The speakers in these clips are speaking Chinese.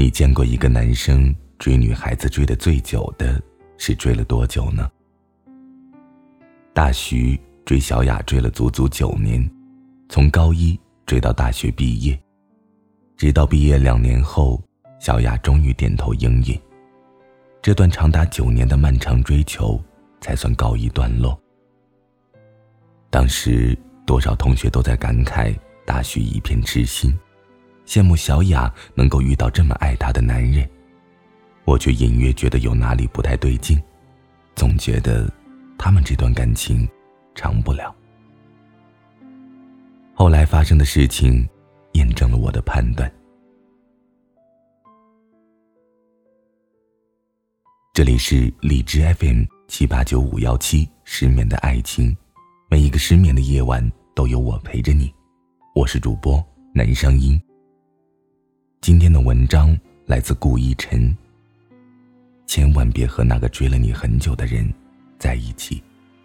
你见过一个男生追女孩子追得最久的是追了多久呢？大徐追小雅追了足足9年，从高一追到大学毕业，直到毕业2年后，小雅终于点头应允。这段长达9年的漫长追求才算告一段落。当时多少同学都在感慨大徐一片痴心，羡慕小雅能够遇到这么爱她的男人，我却隐约觉得有哪里不太对劲，总觉得他们这段感情长不了。后来发生的事情验证了我的判断。这里是荔枝 FM789517失眠的爱情，每一个失眠的夜晚都有我陪着你，我是主播南声音。今天的文章来自顾一晨。千万别和那个追了你很久的人在一起。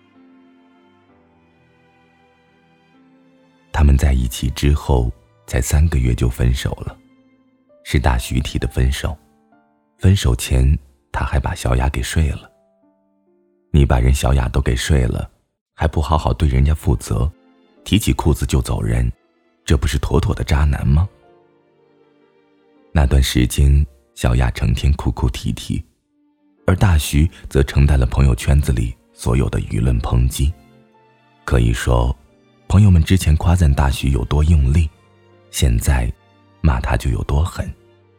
他们在一起之后才3个月就分手了，是大徐提的分手。分手前他还把小雅给睡了。你把人小雅都给睡了，还不好好对人家负责，提起裤子就走人，这不是妥妥的渣男吗？那段时间小雅成天哭哭啼啼，而大徐则承担了朋友圈子里所有的舆论抨击。可以说，朋友们之前夸赞大徐有多用力，现在骂他就有多狠。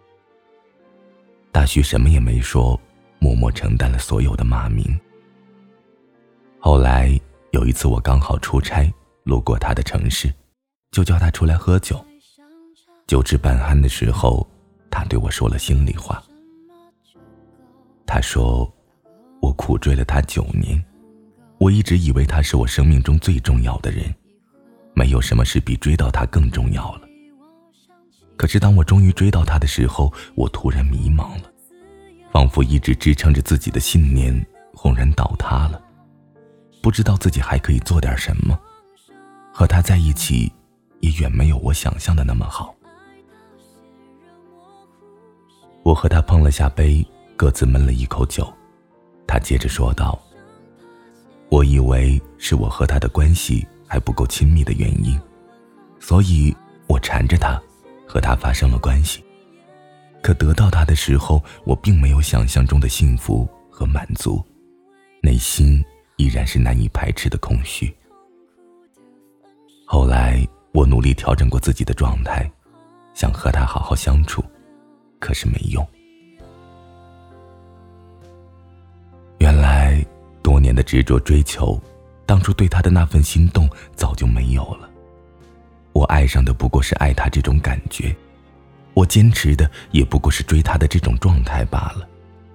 大徐什么也没说，默默承担了所有的骂名。后来有一次我刚好出差路过他的城市，就叫他出来喝酒。酒至半酣的时候，他对我说了心里话。他说，我苦追了他9年，我一直以为他是我生命中最重要的人，没有什么事比追到他更重要了。可是当我终于追到他的时候，我突然迷茫了，仿佛一直支撑着自己的信念轰然倒塌了，不知道自己还可以做点什么。和他在一起也远没有我想象的那么好。我和他碰了下杯，各自闷了一口酒。他接着说道，我以为是我和他的关系还不够亲密的原因，所以我缠着他，和他发生了关系。可得到他的时候，我并没有想象中的幸福和满足，内心依然是难以排斥的空虚。后来我努力调整过自己的状态，想和他好好相处，可是没用。原来多年的执着追求，当初对他的那份心动早就没有了。我爱上的不过是爱他这种感觉，我坚持的也不过是追他的这种状态罢了。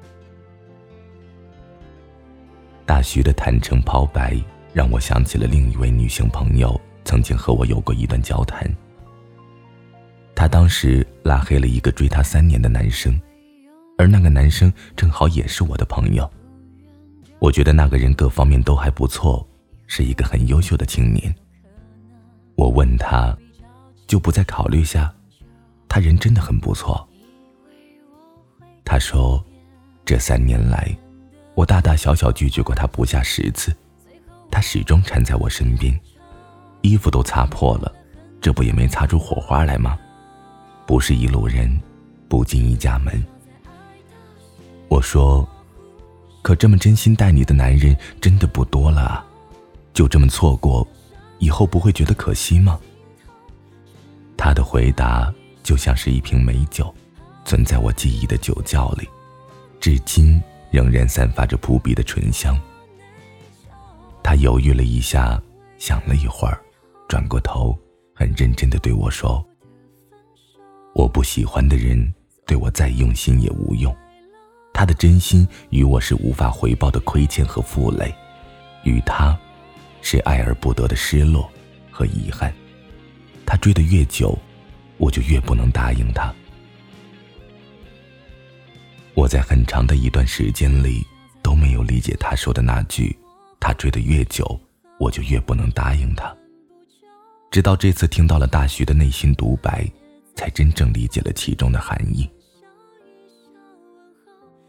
大徐的坦诚抛白让我想起了另一位女性朋友曾经和我有过一段交谈。她当时拉黑了一个追她3年的男生，而那个男生正好也是我的朋友。我觉得那个人各方面都还不错，是一个很优秀的青年。我问他，就不再考虑下？他人真的很不错。他说，这3年来，我大大小小拒绝过他不下10次，他始终缠在我身边，衣服都擦破了，这不也没擦出火花来吗？不是一路人，不进一家门。我说，可这么真心待你的男人真的不多了啊，就这么错过，以后不会觉得可惜吗？他的回答就像是一瓶美酒，存在我记忆的酒窖里，至今仍然散发着扑鼻的醇香。他犹豫了一下，想了一会儿，转过头，很认真地对我说，我不喜欢的人对我再用心也无用，他的真心与我是无法回报的亏欠和负累，与他是爱而不得的失落和遗憾。他追得越久，我就越不能答应他。我在很长的一段时间里都没有理解他说的那句，他追得越久，我就越不能答应他。直到这次听到了大徐的内心独白，才真正理解了其中的含义。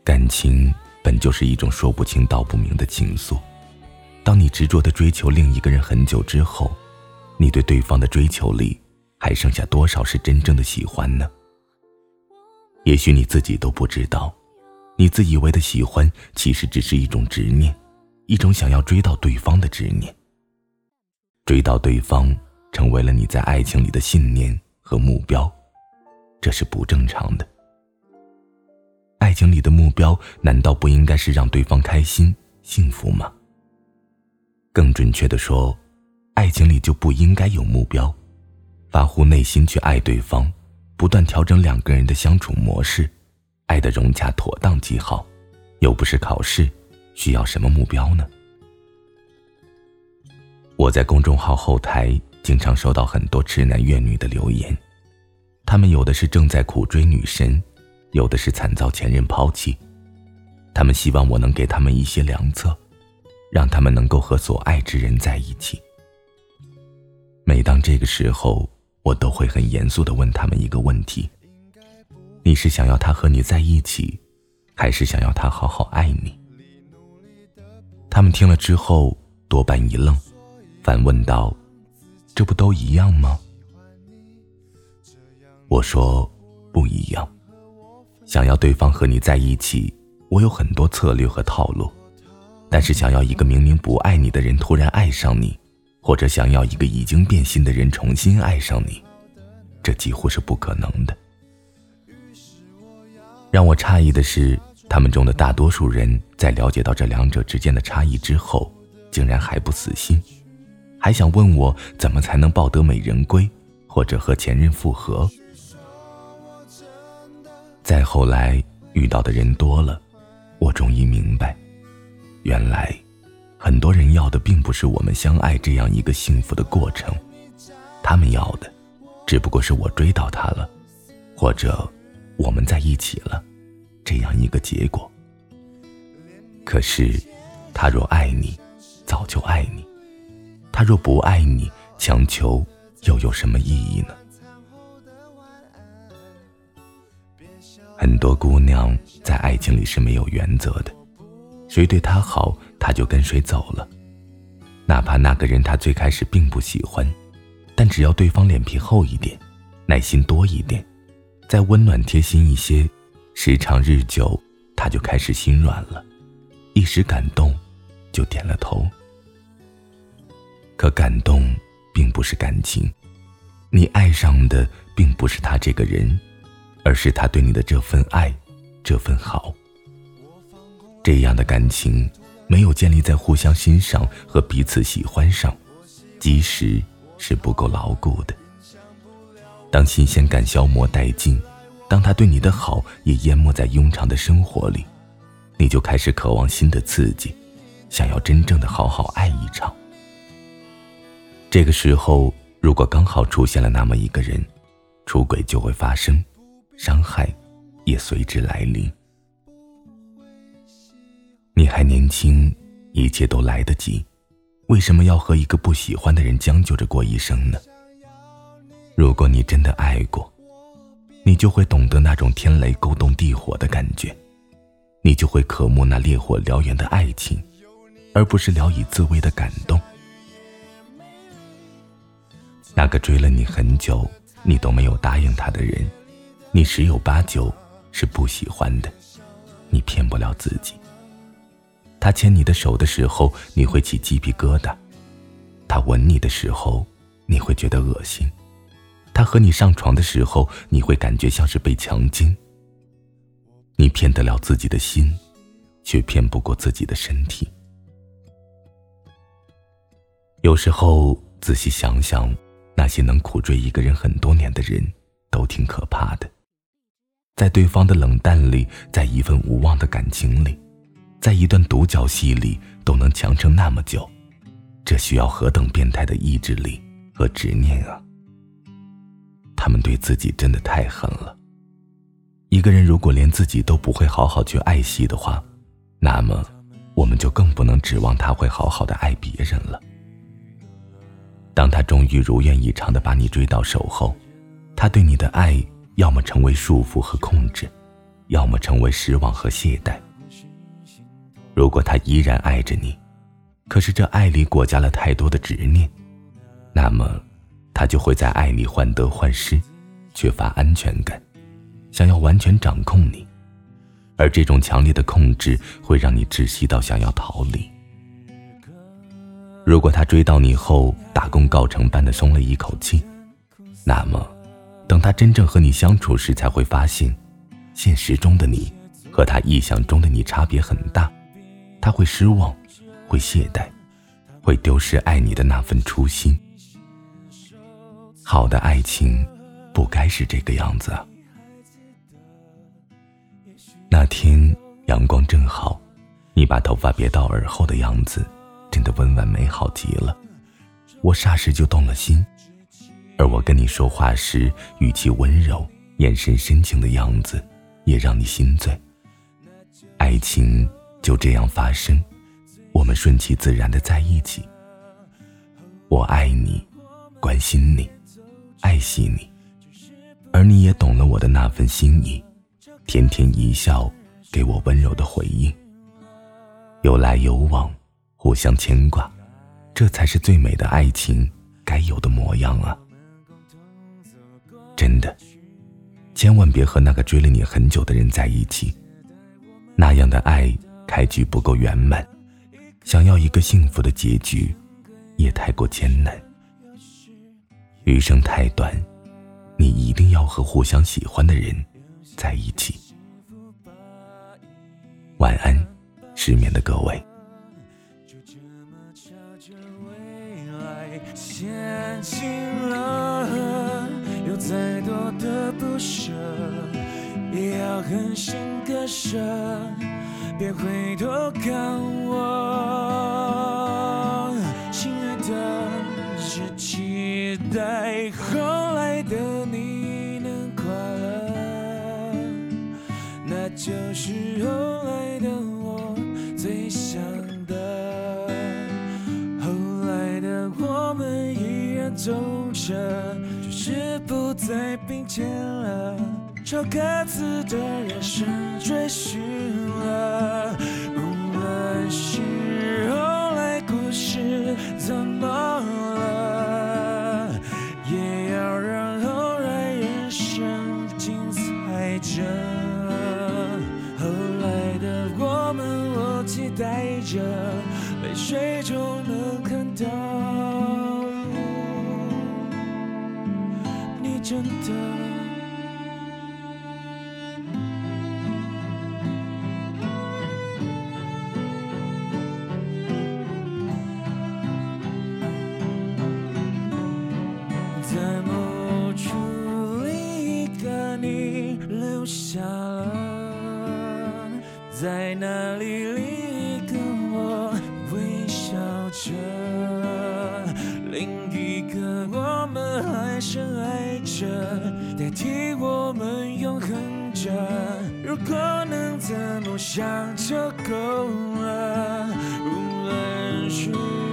感情本就是一种说不清道不明的情愫，当你执着地追求另一个人很久之后，你对对方的追求里还剩下多少是真正的喜欢呢？也许你自己都不知道，你自以为的喜欢其实只是一种执念，一种想要追到对方的执念。追到对方成为了你在爱情里的信念和目标，这是不正常的。爱情里的目标难道不应该是让对方开心幸福吗？更准确地说，爱情里就不应该有目标，发乎内心去爱对方，不断调整两个人的相处模式，爱得融洽妥当即好，又不是考试，需要什么目标呢？我在公众号后台经常收到很多痴男怨女的留言，他们有的是正在苦追女神，有的是惨遭前任抛弃，他们希望我能给他们一些良策，让他们能够和所爱之人在一起。每当这个时候，我都会很严肃地问他们一个问题：你是想要他和你在一起，还是想要他好好爱你？他们听了之后多半一愣，反问道：这不都一样吗？我说不一样，想要对方和你在一起，我有很多策略和套路，但是想要一个明明不爱你的人突然爱上你，或者想要一个已经变心的人重新爱上你，这几乎是不可能的。让我诧异的是，他们中的大多数人在了解到这两者之间的差异之后，竟然还不死心，还想问我怎么才能抱得美人归，或者和前任复合。再后来遇到的人多了，我终于明白，原来很多人要的并不是我们相爱这样一个幸福的过程，他们要的只不过是我追到他了，或者我们在一起了，这样一个结果。可是他若爱你，早就爱你；他若不爱你，强求又有什么意义呢？很多姑娘在爱情里是没有原则的，谁对她好，她就跟谁走了。哪怕那个人她最开始并不喜欢，但只要对方脸皮厚一点，耐心多一点，再温暖贴心一些，时长日久，她就开始心软了，一时感动就点了头。可感动并不是感情，你爱上的并不是他这个人，而是他对你的这份爱，这份好。这样的感情没有建立在互相欣赏和彼此喜欢上，即使是不够牢固的。当新鲜感消磨殆尽，当他对你的好也淹没在庸常的生活里，你就开始渴望新的刺激，想要真正的好好爱一场。这个时候，如果刚好出现了那么一个人，出轨就会发生，伤害也随之来临。你还年轻，一切都来得及，为什么要和一个不喜欢的人将就着过一生呢？如果你真的爱过，你就会懂得那种天雷勾动地火的感觉，你就会渴慕那烈火燎原的爱情，而不是聊以自慰的感动。那个追了你很久，你都没有答应他的人，你十有八九是不喜欢的，你骗不了自己。他牵你的手的时候，你会起鸡皮疙瘩；他吻你的时候，你会觉得恶心；他和你上床的时候，你会感觉像是被强奸。你骗得了自己的心，却骗不过自己的身体。有时候仔细想想，那些能苦追一个人很多年的人都挺可怕的，在对方的冷淡里，在一份无望的感情里，在一段独角戏里都能强撑那么久，这需要何等变态的意志力和执念啊！他们对自己真的太狠了。一个人如果连自己都不会好好去爱惜的话，那么我们就更不能指望他会好好的爱别人了。当他终于如愿以偿地把你追到手后，他对你的爱要么成为束缚和控制， 要么成为失望和懈怠。如果他依然爱着你，可是这爱里裹挟了太多的执念，那么他就会在爱里患得患失，缺乏安全感，想要完全掌控你，而这种强烈的控制会让你窒息到想要逃离。如果他追到你后大功告成般的松了一口气，那么等他真正和你相处时，才会发现现实中的你和他臆想中的你差别很大，他会失望，会懈怠，会丢失爱你的那份初心。好的爱情不该是这个样子啊。那天阳光正好，你把头发别到耳后的样子真的温婉美好极了，我霎时就动了心。而我跟你说话时语气温柔，眼神深情的样子也让你心醉。爱情就这样发生，我们顺其自然地在一起。我爱你，关心你，爱惜你，而你也懂了我的那份心意，甜甜一笑，给我温柔的回应。有来有往，互相牵挂，这才是最美的爱情该有的模样啊。真的，千万别和那个追了你很久的人在一起，那样的爱开局不够圆满，想要一个幸福的结局也太过艰难。余生太短，你一定要和互相喜欢的人在一起。晚安，失眠的各位。 陷进了河，有再多的不舍，也要狠心割舍，别回头看我，亲爱的，只期待后来的你能快乐，那就是后来的我最想的。后来的我们依然走着，只是不再并肩了，朝各自的人生追寻了。无论是后来故事怎么了，也要让后来人生精彩着。后来的我们，我期待着，泪水中能看到你真的在某处另一个你留下了，在那里另一个我微笑着，另一个我们还深爱着，代替我们永恒着。如果能这么想就够了，无论是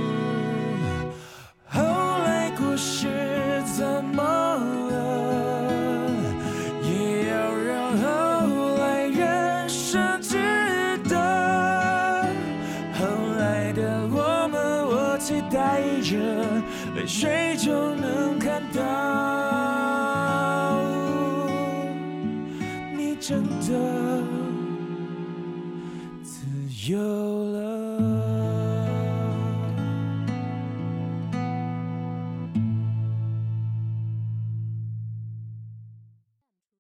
后来故事怎么了，也要让后来人生知道。后来的我们，我期待着，泪水中能看到你真的自由。